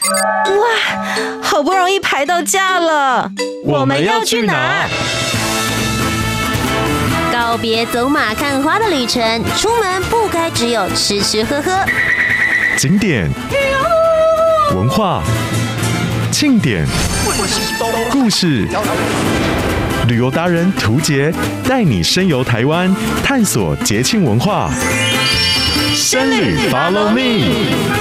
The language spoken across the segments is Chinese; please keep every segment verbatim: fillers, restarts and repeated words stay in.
哇，好不容易排到假了， 我们要去哪？ 告别走马看花的旅程，出门不该只有吃吃喝喝。 景点、文化、庆典、故事，旅游达人涂杰带你深游台湾，探索节庆文化。深旅 Follow Me。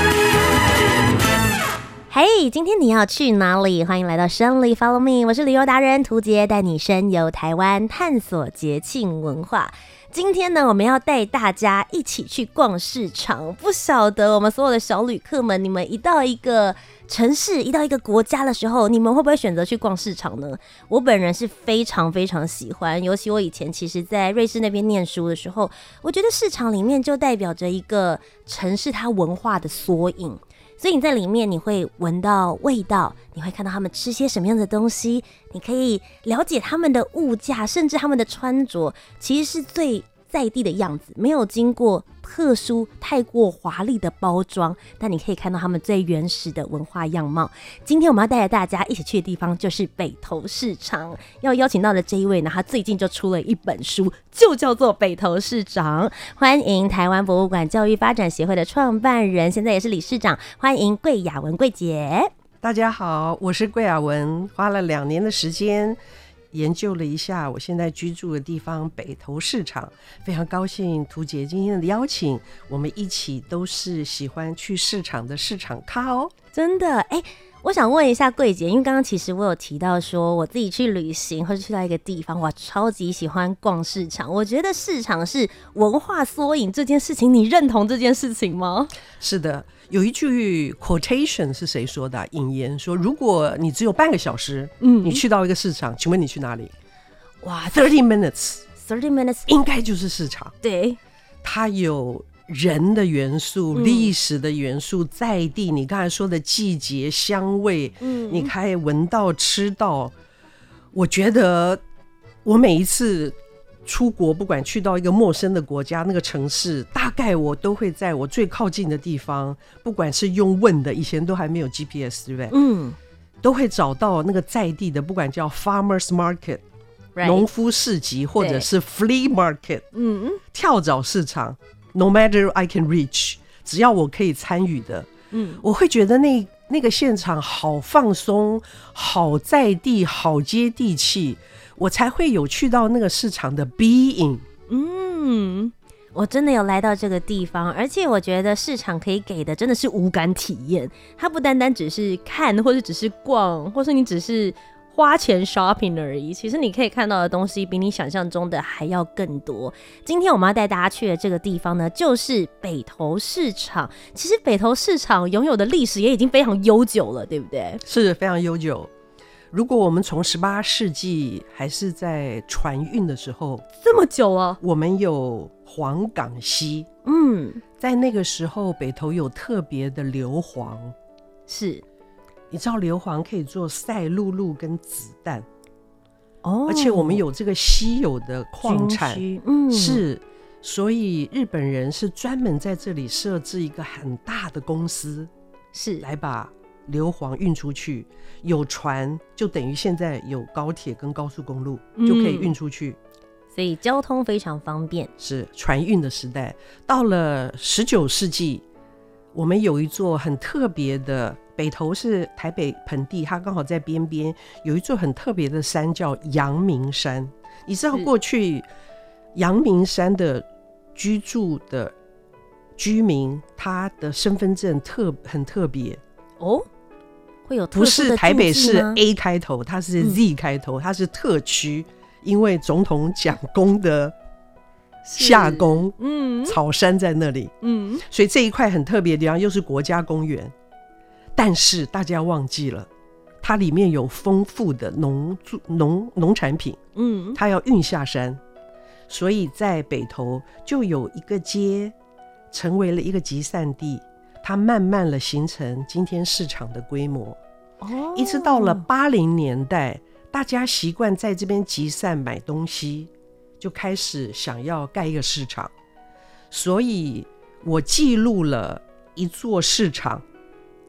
嘿、hey, 今天你要去哪里？欢迎来到深旅 Follow Me， 我是旅游达人涂杰，带你深游台湾，探索节庆文化。今天呢，我们要带大家一起去逛市场。不晓得我们所有的小旅客们，你们一到一个城市，一到一个国家的时候，你们会不会选择去逛市场呢？我本人是非常非常喜欢，尤其我以前其实在瑞士那边念书的时候，我觉得市场里面就代表着一个城市它文化的缩影。所以你在里面，你会闻到味道，你会看到他们吃些什么样的东西，你可以了解他们的物价，甚至他们的穿着，其实是最在地的样子，没有经过特殊、太过华丽的包装，但你可以看到他们最原始的文化样貌。今天我们要带着大家一起去的地方就是北投市场，要邀请到的这一位呢，他最近就出了一本书，就叫做《北投市长》。欢迎台湾博物馆教育发展协会的创办人，现在也是理事长，欢迎桂雅文桂姐。 大家好，我是桂雅文，花了两年的时间研究了一下我现在居住的地方北投市场，非常高兴涂姐今天的邀请，我们一起都是喜欢去市场的市场咖哦。 真的哎，我想问一下桂姐，因为刚刚其实我有提到说我自己去旅行或者去到一个地方，我超级喜欢逛市场。我觉得市场是文化缩影这件事情，你认同这件事情吗？ 是的，有一句 quotation 是谁说的、啊、引言说，如果你只有半个小时、嗯、你去到一个市场，请问你去哪里？哇 thirty minutes thirty minutes 应该就是市场。 对， 它有人的元素、历史的元素、在地你刚才说的季节香味、嗯、你可以闻到吃到。我觉得我每一次出国，不管去到一个陌生的国家，那个城市大概我都会在我最靠近的地方，不管是用问的，以前都还没有 G P S 对不对？嗯，都会找到那个在地的，不管叫 farmers market、right. 农夫市集，或者是 flea market、嗯、跳蚤市场， no matter I can reach， 只要我可以参与的、嗯、我会觉得那那个现场好放松，好在地，好接地气，我才会有去到那个市场的 being。 嗯，我真的有来到这个地方，而且我觉得市场可以给的真的是无感体验，它不单单只是看，或者只是逛，或是你只是花钱 shopping 而已，其实你可以看到的东西比你想象中的还要更多。今天我们要带大家去的这个地方呢，就是北投市场。其实北投市场拥有的历史也已经非常悠久了，对不对？ 是非常悠久。如果我们从十八世纪还是在船运的时候， 这么久了， 我们有黄冈溪， 嗯， 在那个时候北投有特别的硫磺， 是你知道硫磺可以做赛璐璐跟子弹哦， 而且我们有这个稀有的矿产， 嗯， 是，所以日本人是专门在这里设置一个很大的公司， 是来把硫磺运出去。有船就等于现在有高铁跟高速公路、嗯、就可以运出去， 所以交通非常方便， 是船运的时代。到了十九世纪，我们有一座很特别的，北投是台北盆地，它刚好在边边，有一座很特别的山叫阳明山。你知道过去阳明山的居住的居民，他的身份证特很特别哦，会有特殊的不是台北市 A 开头，它是 Z 开头、嗯、它是特区，因为总统蒋公的夏宫、嗯、草山在那里、嗯、所以这一块很特别的地方，又是国家公园。但是大家忘记了，它里面有丰富的 农, 农, 农产品、嗯、它要运下山，所以在北投就有一个街成为了一个集散地，它慢慢的形成今天市场的规模、哦、一直到了八零年代，大家习惯在这边集散买东西，就开始想要盖一个市场。所以我记录了一座市场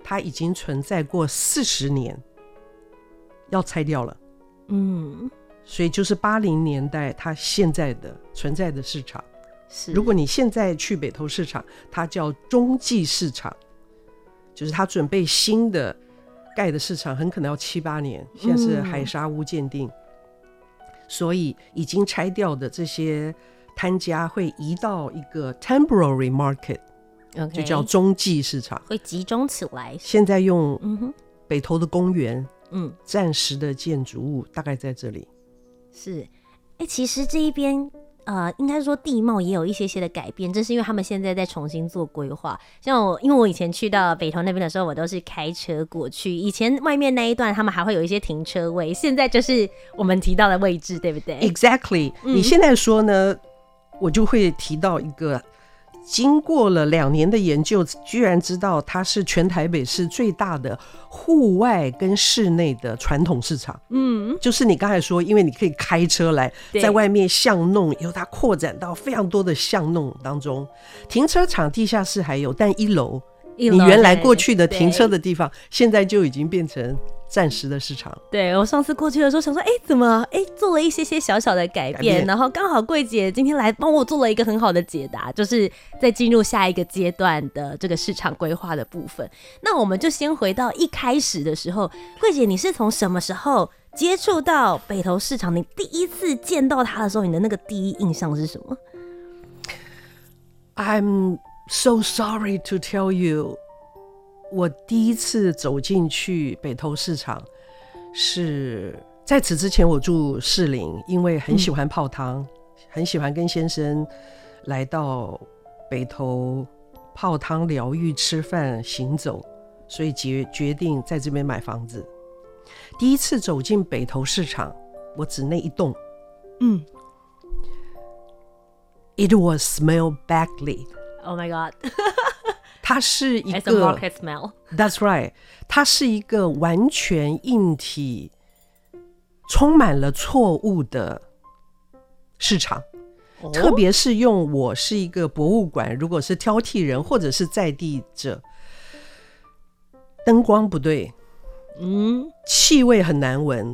它已经存在过四十年，要拆掉了。嗯，所以就是八零年代它现在的存在的市场。是，如果你现在去北投市场，它叫中继市场，就是它准备新的盖的市场，很可能要七八年，现在是海沙屋鉴定、嗯、所以已经拆掉的这些摊家会移到一个 temporary market、okay, 就叫中继市场， 会集中起来。 现在用北投的公园，嗯，暂时的建筑物大概在这里。 是，哎、欸，其实这一边。呃，应该说地貌也有一些些的改变，这是因为他们现在在重新做规划。像我，因为我以前去到北投那边的时候，我都是开车过去。以前外面那一段他们还会有一些停车位，现在就是我们提到的位置，对不对 ？Exactly、嗯。你现在说呢，我就会提到一个，经过了两年的研究，居然知道它是全台北市最大的户外跟室内的传统市场。嗯，就是你刚才说，因为你可以开车来，在外面巷弄，由它扩展到非常多的巷弄当中。停车场地下室还有，但一楼你原来过去的停车的地方，现在就已经变成暂时的市场。 对，我上次过去的时候想说，哎、欸，怎么哎、欸、做了一些些小小的改变，改变然后刚好柜姐今天来帮我做了一个很好的解答，就是在进入下一个阶段的这个市场规划的部分。那我们就先回到一开始的时候，柜姐你是从什么时候接触到北投市场？你第一次见到它的时候，你的那个第一印象是什么？ I'm so sorry to tell you， 我第一次走进去北投市场是在此之前我住士林，因为很喜欢泡汤、嗯、很喜欢跟先生来到北投泡汤疗愈吃饭行走，所以决决定在这边买房子。第一次走进北投市场，我指那一栋，嗯 It was smell Bagley。 Oh my god 它是一个 It's a market smell That's right， 它是一个完全硬体充满了错误的市场、哦、特别是用我是一个博物馆，如果是挑剔人或者是在地者，灯光不对，嗯，气味很难闻，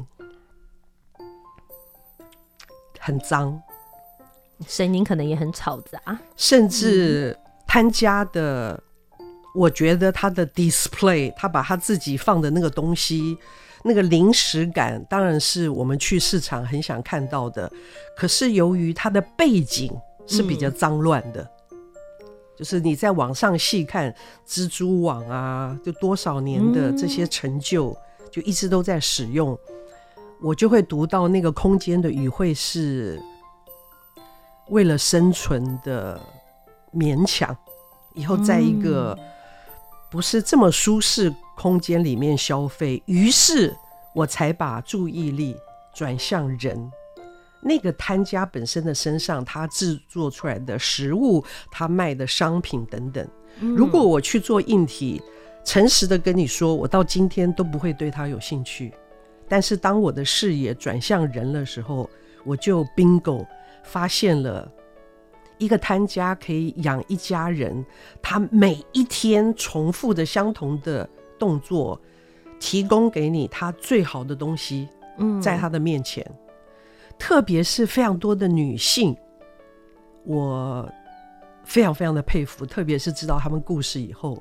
很脏， 声音可能也很吵杂， 甚至摊家的、嗯、我觉得他的 display， 他把他自己放的那个东西，那个临时感当然是我们去市场很想看到的，可是由于它的背景是比较脏乱的、嗯、就是你在网上细看蜘蛛网啊，就多少年的这些陈旧、嗯、就一直都在使用，我就会读到那个空间的语汇是为了生存的勉强，以后在一个不是这么舒适空间里面消费，于是我才把注意力转向人，那个摊家本身的身上，他制作出来的食物，他卖的商品等等。如果我去做硬体，诚实的跟你说，我到今天都不会对他有兴趣，但是当我的视野转向人的时候，我就 bingo 发现了一个摊家可以养一家人，他每一天重复的相同的动作，提供给你他最好的东西，在他的面前、嗯、特别是非常多的女性，我非常非常的佩服，特别是知道他们故事以后，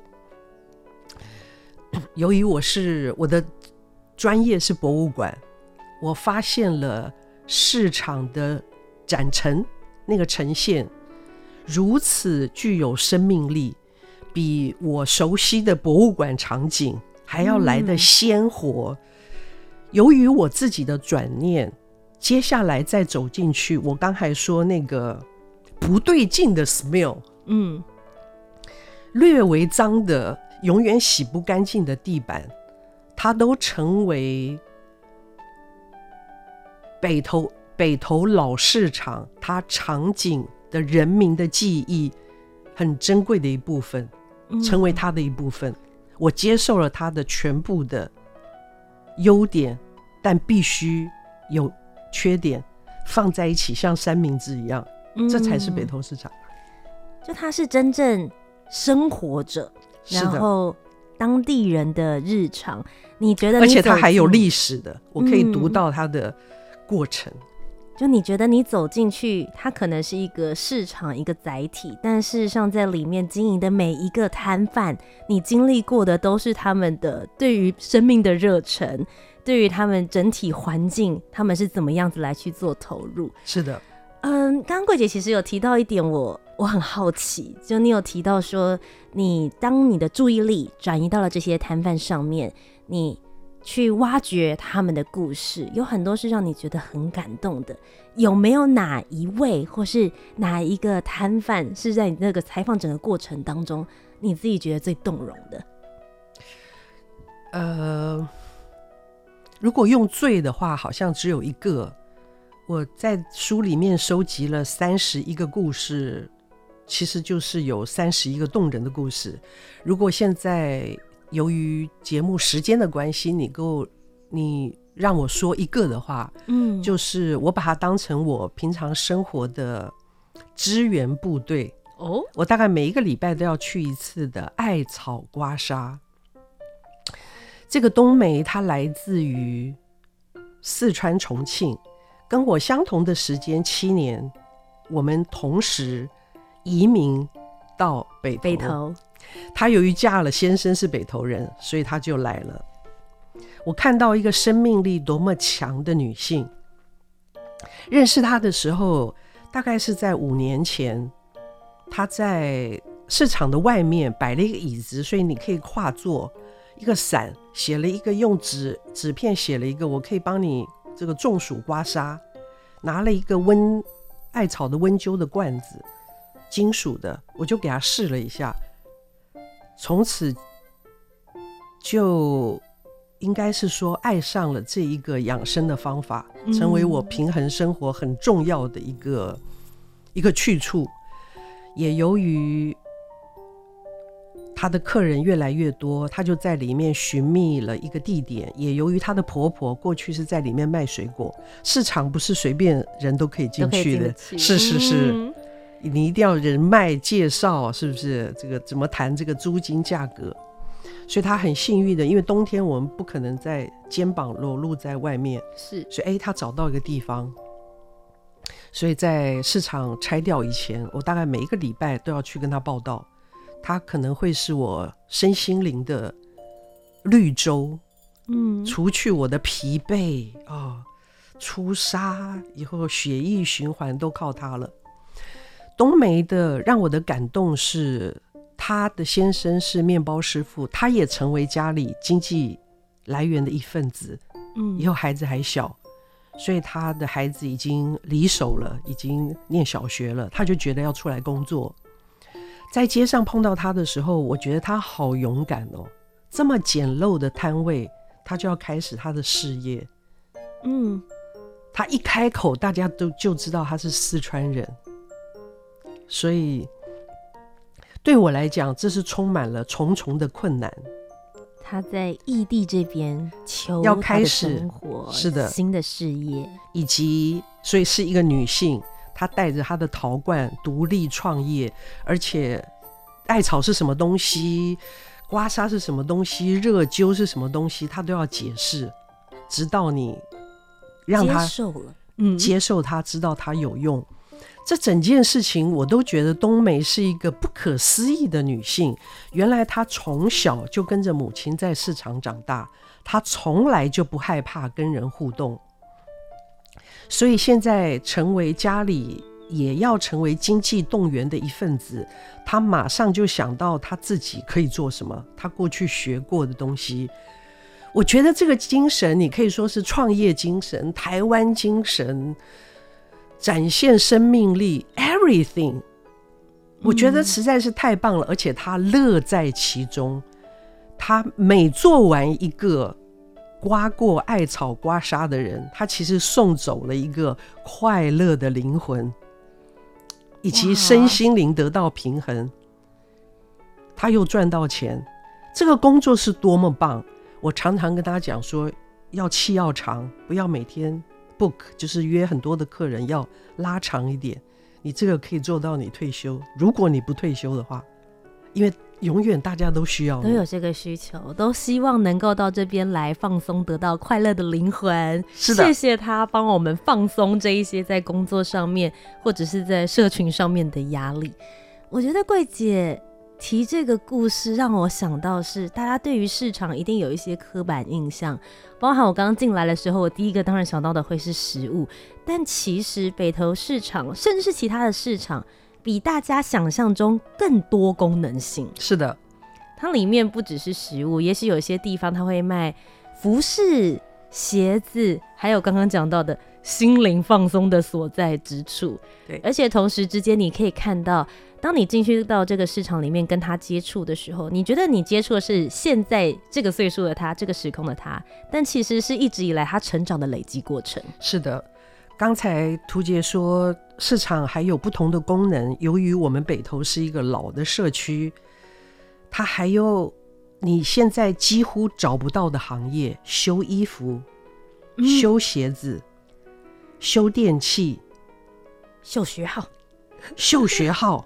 由于我是我的专业是博物馆，我发现了市场的展陈，那个呈现如此具有生命力，比我熟悉的博物馆场景还要来得鲜活、嗯、由于我自己的转念，接下来再走进去，我刚才说那个不对劲的 smell， 嗯，略微脏的永远洗不干净的地板，它都成为北投北投老市场它场景的人民的记忆很珍贵的一部分，成为它的一部分、嗯、我接受了它的全部的优点，但必须有缺点放在一起，像三明治一样、嗯、这才是北投市场， 就它是真正生活着，然后当地人的日常。你觉得你而且它还有历史， 史的，我可以读到它的过程。 嗯，就你觉得你走进去，它可能是一个市场，一个载体，但事实上在里面经营的每一个摊贩，你经历过的都是他们的对于生命的热忱，对于他们整体环境，他们是怎么样子来去做投入。 是的。 嗯，刚刚桂姐其实有提到一点我，我很好奇，就你有提到说，你当你的注意力转移到了这些摊贩上面，你去挖掘他们的故事，有很多是让你觉得很感动的。有没有哪一位或是哪一个摊贩是在你那个采访整个过程当中，你自己觉得最动容的？ 呃，如果用最的话，好像只有一个。我在书里面收集了三十一个故事，其实就是有三十一个动人的故事。如果现在由于节目时间的关系，你够你让我说一个的话，嗯，就是我把它当成我平常生活的支援部队哦，我大概每一个礼拜都要去一次的艾草刮痧。这个冬梅它来自于四川重庆，跟我相同的时间七年，我们同时移民到北投。 北投， 她由于嫁了先生是北投人，所以她就来了。我看到一个生命力多么强的女性。认识她的时候，大概是在五年前，她在市场的外面摆了一个椅子，所以你可以跨坐，一个伞，写了一个用纸纸片写了一个我可以帮你这个中暑刮痧，拿了一个温艾草的温灸的罐子，金属的，我就给他试了一下，从此就应该是说爱上了这一个养生的方法，成为我平衡生活很重要的一个一个去处。也由于她的客人越来越多，她就在里面寻觅了一个地点。也由于她的婆婆过去是在里面卖水果，市场不是随便人都可以进去的，是是是、嗯、你一定要人脉介绍，是不是？这个怎么谈这个租金价格？所以她很幸运的，因为冬天我们不可能在肩膀裸露在外面，是，所以哎，她找到一个地方。所以在市场拆掉以前，我大概每一个礼拜都要去跟她报道。它可能会是我身心灵的绿洲，嗯，除去我的疲惫啊、哦，出痧以后血液循环都靠它了。冬梅的让我的感动是，她的先生是面包师傅，他也成为家里经济来源的一份子，嗯，以后孩子还小，所以他的孩子已经离手了，已经念小学了，他就觉得要出来工作。在街上碰到他的时候，我觉得他好勇敢哦，这么简陋的摊位他就要开始他的事业。嗯，他一开口大家都就知道他是四川人，所以对我来讲这是充满了重重的困难。 他在异地这边求要开始生活，是的，新的事业， 以及所以是一个女性，她带着她的陶罐独立创业，而且艾草是什么东西，刮痧是什么东西，热灸是什么东西，她都要解释，直到你让她接受了， 嗯，接受她，知道她有用。这整件事情我都觉得冬梅是一个不可思议的女性。原来她从小就跟着母亲在市场长大，她从来就不害怕跟人互动，所以现在成为家里也要成为经济动员的一份子，她马上就想到她自己可以做什么，她过去学过的东西。我觉得这个精神你可以说是创业精神、台湾精神，展现生命力 everything， 我觉得实在是太棒了、嗯、而且他乐在其中。他每做完一个刮过艾草刮痧的人，他其实送走了一个快乐的灵魂，以及身心灵得到平衡，他又赚到钱。这个工作是多么棒。我常常跟他讲说，要气要长，不要每天book， 就是约很多的客人，要拉长一点，你这个可以做到你退休，如果你不退休的话，因为永远大家都需要， 都有这个需求，都希望能够到这边来放松，得到快乐的灵魂。 是的， 谢谢他帮我们放松这一些在工作上面或者是在社群上面的压力。我觉得桂姐提这个故事让我想到是，大家对于市场一定有一些刻板印象，包含我刚刚进来的时候，我第一个当然想到的会是食物，但其实北投市场甚至是其他的市场比大家想象中更多功能性。 是的， 它里面不只是食物，也许有些地方它会卖服饰、鞋子，还有刚刚讲到的心灵放松的所在之处。 对， 而且同时之间你可以看到，当你进去到这个市场里面跟他接触的时候，你觉得你接触的是现在这个岁数的他，这个时空的他，但其实是一直以来他成长的累积过程。 是的，刚才涂杰说市场还有不同的功能，由于我们北投是一个老的社区，它还有你现在几乎找不到的行业，修衣服、嗯、修鞋子、修电器、 修学号、 修学号，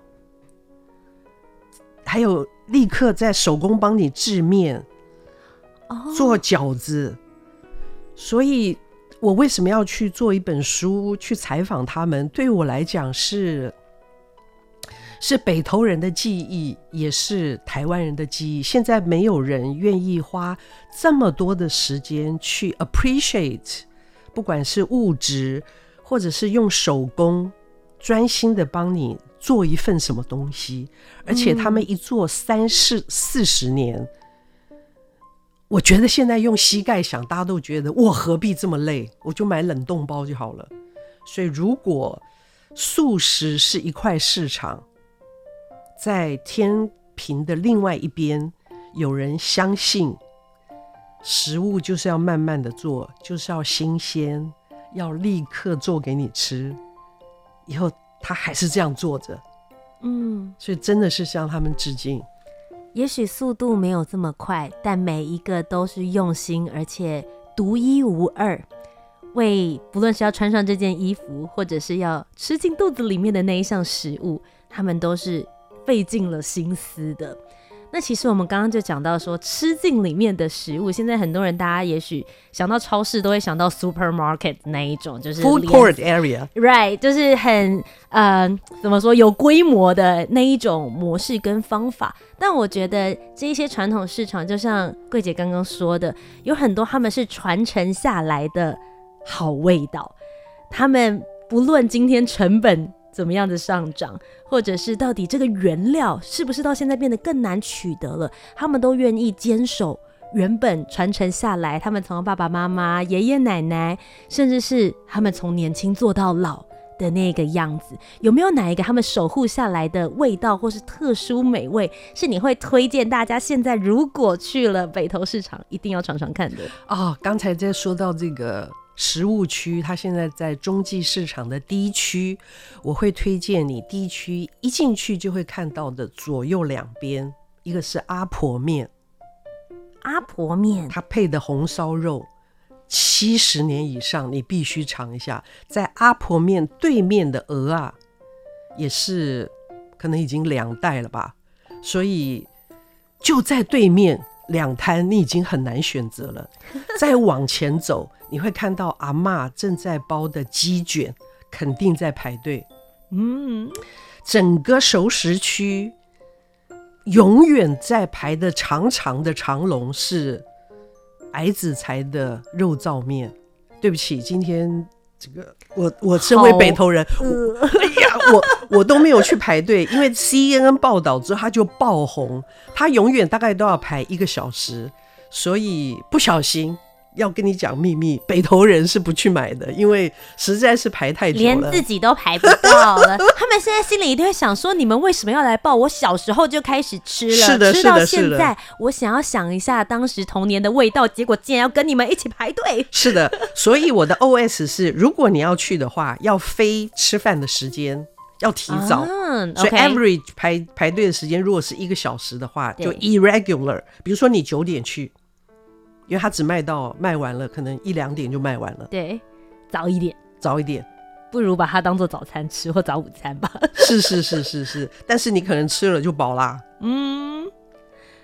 还有立刻在手工帮你制面、哦、做饺子。所以我为什么要去做一本书去采访他们，对我来讲是是北投人的记忆，也是台湾人的记忆。现在没有人愿意花这么多的时间去 appreciate， 不管是物质或者是用手工专心的帮你做一份什么东西，而且他们一做三四四十年，我觉得现在用膝盖想，大家都觉得我何必这么累，我就买冷冻包就好了。所以如果素食是一块市场，在天平的另外一边有人相信食物就是要慢慢的做，就是要新鲜，要立刻做给你吃，以后他还是这样做着。嗯，所以真的是向他们致敬。 也许速度没有这么快，但每一个都是用心而且独一无二，为不论是要穿上这件衣服或者是要吃进肚子里面的那一项食物，他们都是费尽了心思的。那其实我们刚刚就讲到说，吃进里面的食物，现在很多人大家也许想到超市都会想到 supermarket 那一种，就是 food court area， right， 就是很呃怎么说有规模的那一种模式跟方法。但我觉得这一些传统市场，就像桂姐刚刚说的，有很多他们是传承下来的好味道，他们不论今天成本怎么样的上涨，或者是到底这个原料是不是到现在变得更难取得了，他们都愿意坚守原本传承下来，他们从爸爸妈妈、爷爷奶奶，甚至是他们从年轻做到老的那个样子。有没有哪一个他们守护下来的味道或是特殊美味，是你会推荐大家现在如果去了北投市场一定要尝尝看的啊？刚才在说到这个食物区，它现在在中继市场的第一区，我会推荐你第一区一进去就会看到的左右两边，一个是阿婆面， 阿婆面它配的红烧肉七十年以上，你必须尝一下。在阿婆面对面的鹅啊，也是可能已经两代了吧，所以就在对面两摊，你已经很难选择了。再往前走，你会看到阿嬷正在包的鸡卷，肯定在排队。嗯，整个熟食区永远在排的长长的长龙是矮子才的肉燥面。对不起，今天这个我我身为北投人，呃、哎呀，我我都没有去排队，因为 C N N 报道之后它就爆红，它永远大概都要排一个小时，所以不小心要跟你讲秘密，北投人是不去买的，因为实在是排太久了， 连自己都排不到了。他们现在心里一定会想说，你们为什么要来报？我小时候就开始吃了， 是的， 吃到现在，我想要想一下当时童年的味道，结果竟然要跟你们一起排队。 是的，所以我的 O S 是，如果你要去的话，要非吃饭的时间要提早，啊、所以 average 排排队的时间如果是一个小时的话，就 irregular。比如说你九点去。因为它只卖到卖完了，可能一两点就卖完了。 对，早一点， 早一点， 不如把它当做早餐吃或早午餐吧。 是是是是是，但是你可能吃了就饱啦。嗯，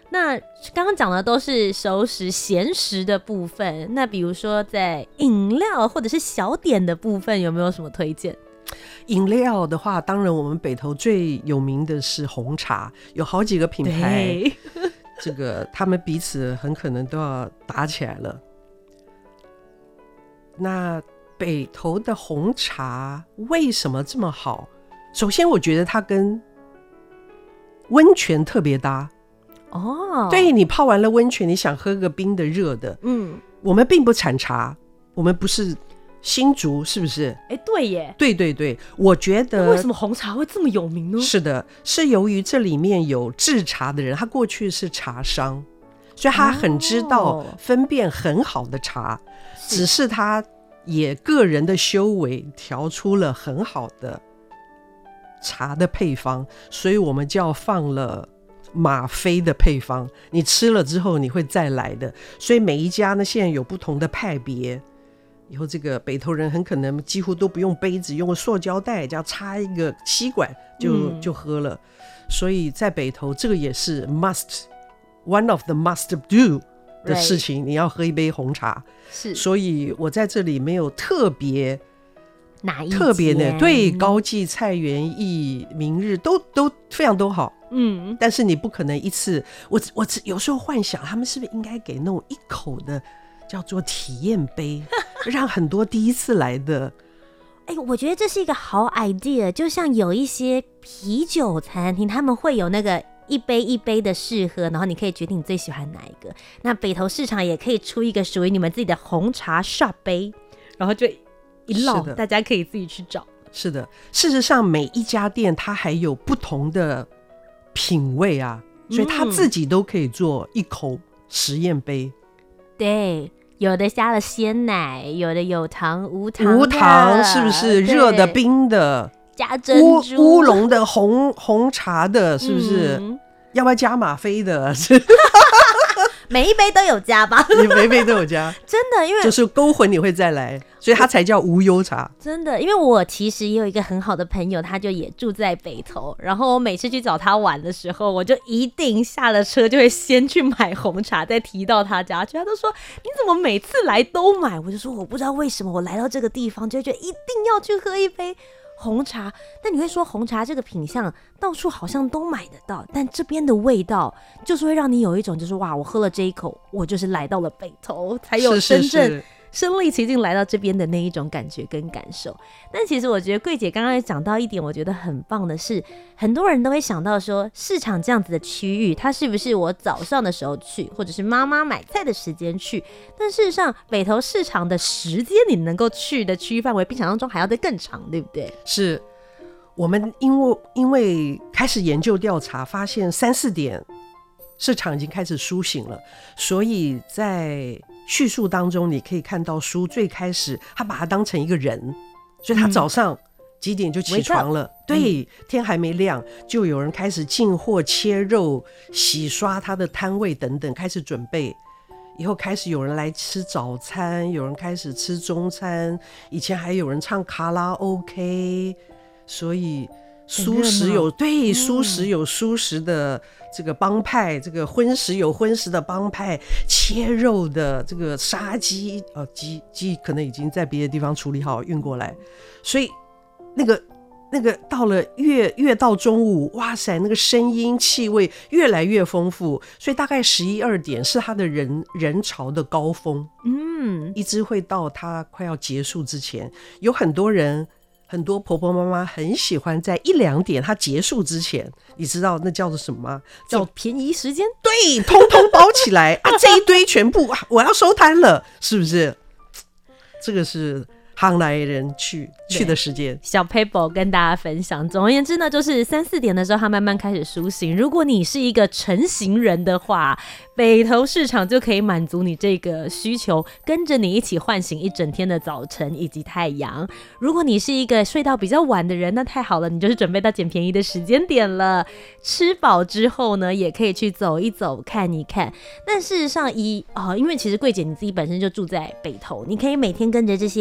那刚刚讲的都是熟食咸食的部分，那比如说在饮料或者是小点的部分有没有什么推荐？ 饮料的话，当然我们北投最有名的是红茶，有好几个品牌，这个他们彼此很可能都要打起来了。那北投的红茶为什么这么好？首先我觉得它跟温泉特别搭哦。 对，你泡完了温泉，你想喝个冰的热的，嗯，我们并不产茶，我们不是新竹，是不是？ 哎，对耶， 对对对，我觉得为什么红茶会这么有名呢？ 是的，是由于这里面有制茶的人，他过去是茶商，所以他很知道分辨很好的茶，哦、只是他也个人的修为调出了很好的茶的配方，所以我们就要放了吗啡的配方，你吃了之后你会再来的。所以每一家呢现在有不同的派别，以后这个北投人很可能几乎都不用杯子，用塑胶袋这样插一个吸管就、嗯、就喝了。所以在北投这个也是 must one of the must do 的事情， right. 你要喝一杯红茶。 是， 所以我在这里没有特别哪一特别的，对，高记、菜园艺、明日都都非常都好，嗯，但是你不可能一次，我我有时候幻想他们是不是应该给那种一口的叫做体验杯，让很多第一次来的。 哎、欸，我觉得这是一个好 idea， 就像有一些啤酒餐厅，他们会有那个一杯一杯的试喝，然后你可以决定你最喜欢哪一个。那北投市场也可以出一个属于你们自己的红茶 shot 杯，然后就一老大家可以自己去找。 是的，事实上每一家店它还有不同的品味啊，所以他自己都可以做一口实验杯、 嗯、对，有的加了鲜奶，有的有糖无糖， 无糖是不是？热的冰的， 加珍珠， 乌龙的，红红茶的，是不是、嗯、要不要加吗啡的？ 每一杯都有加吧？ 你每一杯都有加真的，因为就是勾魂你会再来，所以它才叫无忧茶。 真的，因为我其实也有一个很好的朋友，他就也住在北投，然后我每次去找他玩的时候，我就一定下了车就会先去买红茶，再提到他家去。他都说你怎么每次来都买？我就说我不知道为什么我来到这个地方就会觉得一定要去喝一杯红茶。但你会说红茶这个品项到处好像都买得到，但这边的味道就是会让你有一种就是哇，我喝了这一口我就是来到了北投，才有真正身临其境来到这边的那一种感觉跟感受。但其实我觉得桂姐刚刚也讲到一点我觉得很棒的是，很多人都会想到说市场这样子的区域它是不是我早上的时候去，或者是妈妈买菜的时间去，但事实上北投市场的时间你能够去的区域范围比想象中还要再更长，对不对？ 是，我们因为因为开始研究调查发现三四点市场已经开始苏醒了，所以在叙述当中你可以看到书最开始他把它当成一个人，所以他早上几点就起床了、嗯、对，天还没亮就有人开始进货切肉洗刷他的摊位等等，开始准备，以后开始有人来吃早餐，有人开始吃中餐，以前还有人唱卡拉 OK， 所以蔬食有对蔬食有蔬食的这个帮派，这个荤食有荤食的帮派，切肉的这个杀鸡，呃，鸡鸡可能已经在别的地方处理好运过来，所以那个那个到了越越到中午，哇塞，那个声音气味越来越丰富，所以大概十一二点是他的人人潮的高峰，嗯，一直会到他快要结束之前，有很多人。很多婆婆妈妈很喜欢在一两点它结束之前，你知道那叫做什么吗？ 叫便宜时间。 对，通通包起来啊，这一堆全部啊，我要收摊了，是不是？这个是行来人去去的时间。 小 paper 跟大家分享，总而言之呢，就是三四点的时候它慢慢开始苏醒，如果你是一个晨型人的话，北投市场就可以满足你这个需求，跟着你一起唤醒一整天的早晨以及太阳。如果你是一个睡到比较晚的人，那太好了，你就是准备到捡便宜的时间点了。吃饱之后呢，也可以去走一走看一看。但事实上以、呃、因为其实桂姐你自己本身就住在北投，你可以每天跟着这些日常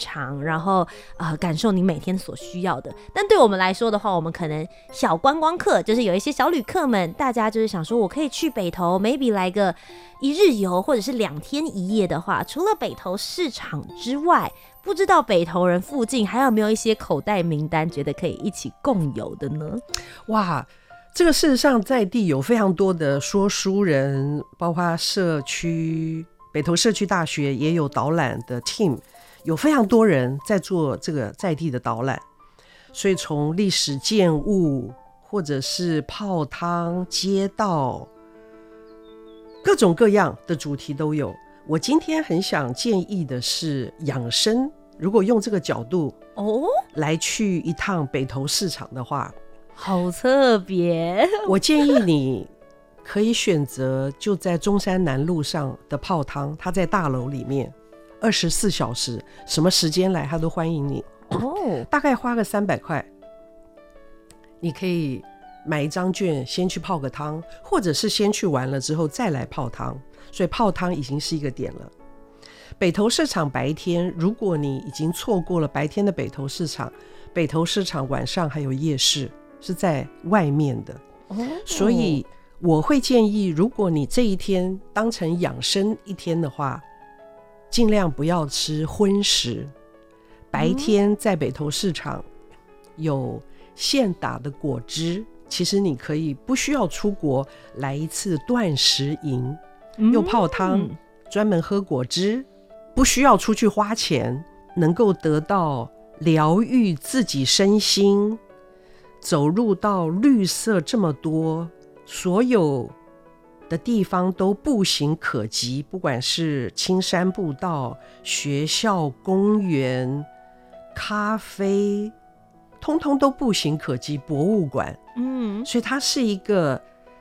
场，然后呃感受你每天所需要的。但对我们来说的话，我们可能小观光客，就是有一些小旅客们，大家就是想说我可以去北投 maybe 来个一日游或者是两天一夜的话，除了北投市场之外，不知道北投人附近还有没有一些口袋名单觉得可以一起共游的呢？ 哇，这个事实上在地有非常多的说书人，包括社区北投社区大学也有导览的 team， 有非常多人在做这个在地的导览，所以从历史建物或者是泡汤街道各种各样的主题都有。我今天很想建议的是养生，如果用这个角度哦来去一趟北投市场的话， 好特别。 我建议你可以选择就在中山南路上的泡汤，它在大楼里面二十四小时，什么时间来它都欢迎你。 哦， 大概花个三百块，你可以买一张券先去泡个汤，或者是先去玩了之后再来泡汤，所以泡汤已经是一个点了。北投市场白天，如果你已经错过了白天的北投市场，北投市场晚上还有夜市是在外面的， 哦， 所以我会建议，如果你这一天当成养生一天的话，尽量不要吃荤食。白天在北投市场有现打的果汁，其实你可以不需要出国来一次断食营，又泡汤，专门喝果汁，不需要出去花钱，能够得到疗愈自己身心，走入到绿色这么多，所有的地方都步行可及，不管是青山步道、学校、公园、咖啡，通通都步行可及，博物馆， 嗯， 所以它是一个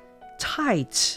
tight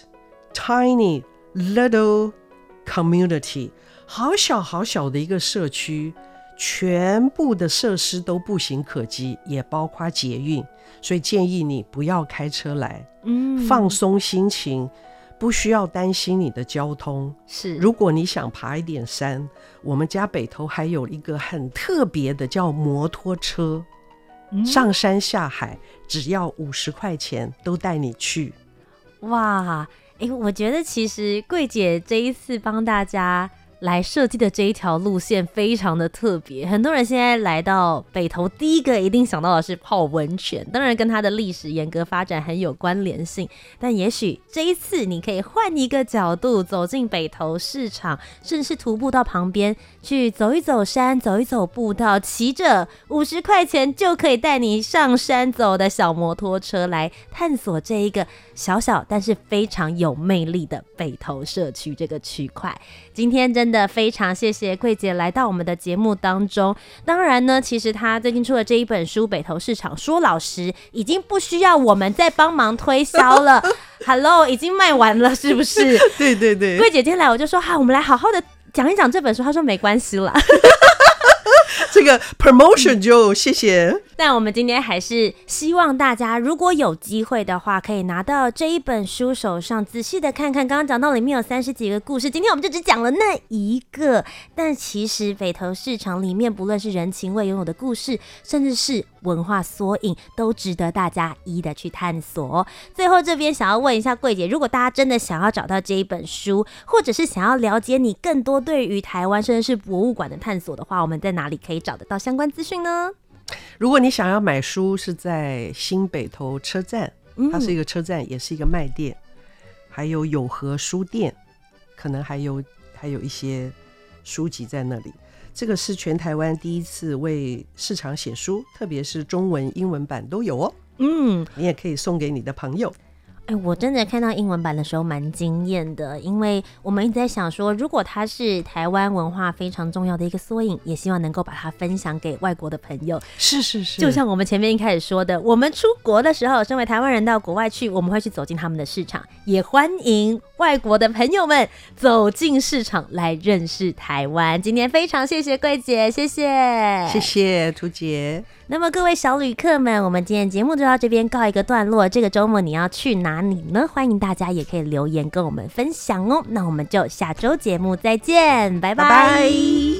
tiny little community， 好小好小的一个社区，全部的设施都步行可及，也包括捷运，所以建议你不要开车来， 嗯， 放松心情，不需要担心你的交通。 是， 如果你想爬一点山，我们家北投还有一个很特别的叫摩托车， 嗯， 上山下海只要五十块钱都带你去。 哇，欸，我觉得其实柜姐这一次帮大家来设计的这一条路线非常的特别，很多人现在来到北投第一个一定想到的是泡温泉，当然跟它的历史沿革发展很有关联性，但也许这一次你可以换一个角度走进北投市场，甚至是徒步到旁边去走一走山，走一走步道，骑着五十块钱就可以带你上山走的小摩托车来探索这一个小小但是非常有魅力的北投社区这个区块。今天真的非常谢谢柜姐来到我们的节目当中。当然呢，其实她最近出的这一本书《北投市场说老实》已经不需要我们再帮忙推销了Hello， 已经卖完了是不是？ 对对对， 柜姐今天来我就说好，我们来好好的讲一讲这本书。她说没关系啦这个 promotion 就谢谢。 但我们今天还是希望大家如果有机会的话，可以拿到这一本书手上，仔细的看看。刚刚讲到里面有三十几个故事，今天我们就只讲了那一个，但其实北投市场里面不论是人情味拥有的故事，甚至是文化缩影，都值得大家一一的去探索。最后这边想要问一下柜姐，如果大家真的想要找到这一本书，或者是想要了解你更多对于台湾甚至是博物馆的探索的话，我们在哪里可以找得到相关资讯呢？ 如果你想要买书，是在新北投车站，它是一个车站，也是一个卖店，还有友和书店，可能还有还有一些书籍在那里。这个是全台湾第一次为市场写书，特别是中文英文版都有哦。嗯，你也可以送给你的朋友。 哎，我真的看到英文版的时候蛮惊艳的，因为我们一直在想说，如果它是台湾文化非常重要的一个缩影，也希望能够把它分享给外国的朋友。 是是是， 就像我们前面一开始说的，我们出国的时候，身为台湾人到国外去，我们会去走进他们的市场，也欢迎外国的朋友们走进市场来认识台湾。今天非常谢谢柜姐，谢谢， 谢谢涂姐。 那么各位小旅客们，我们今天节目就到这边告一个段落。这个周末你要去哪里呢？欢迎大家也可以留言跟我们分享哦。那我们就下周节目再见，拜拜。拜拜。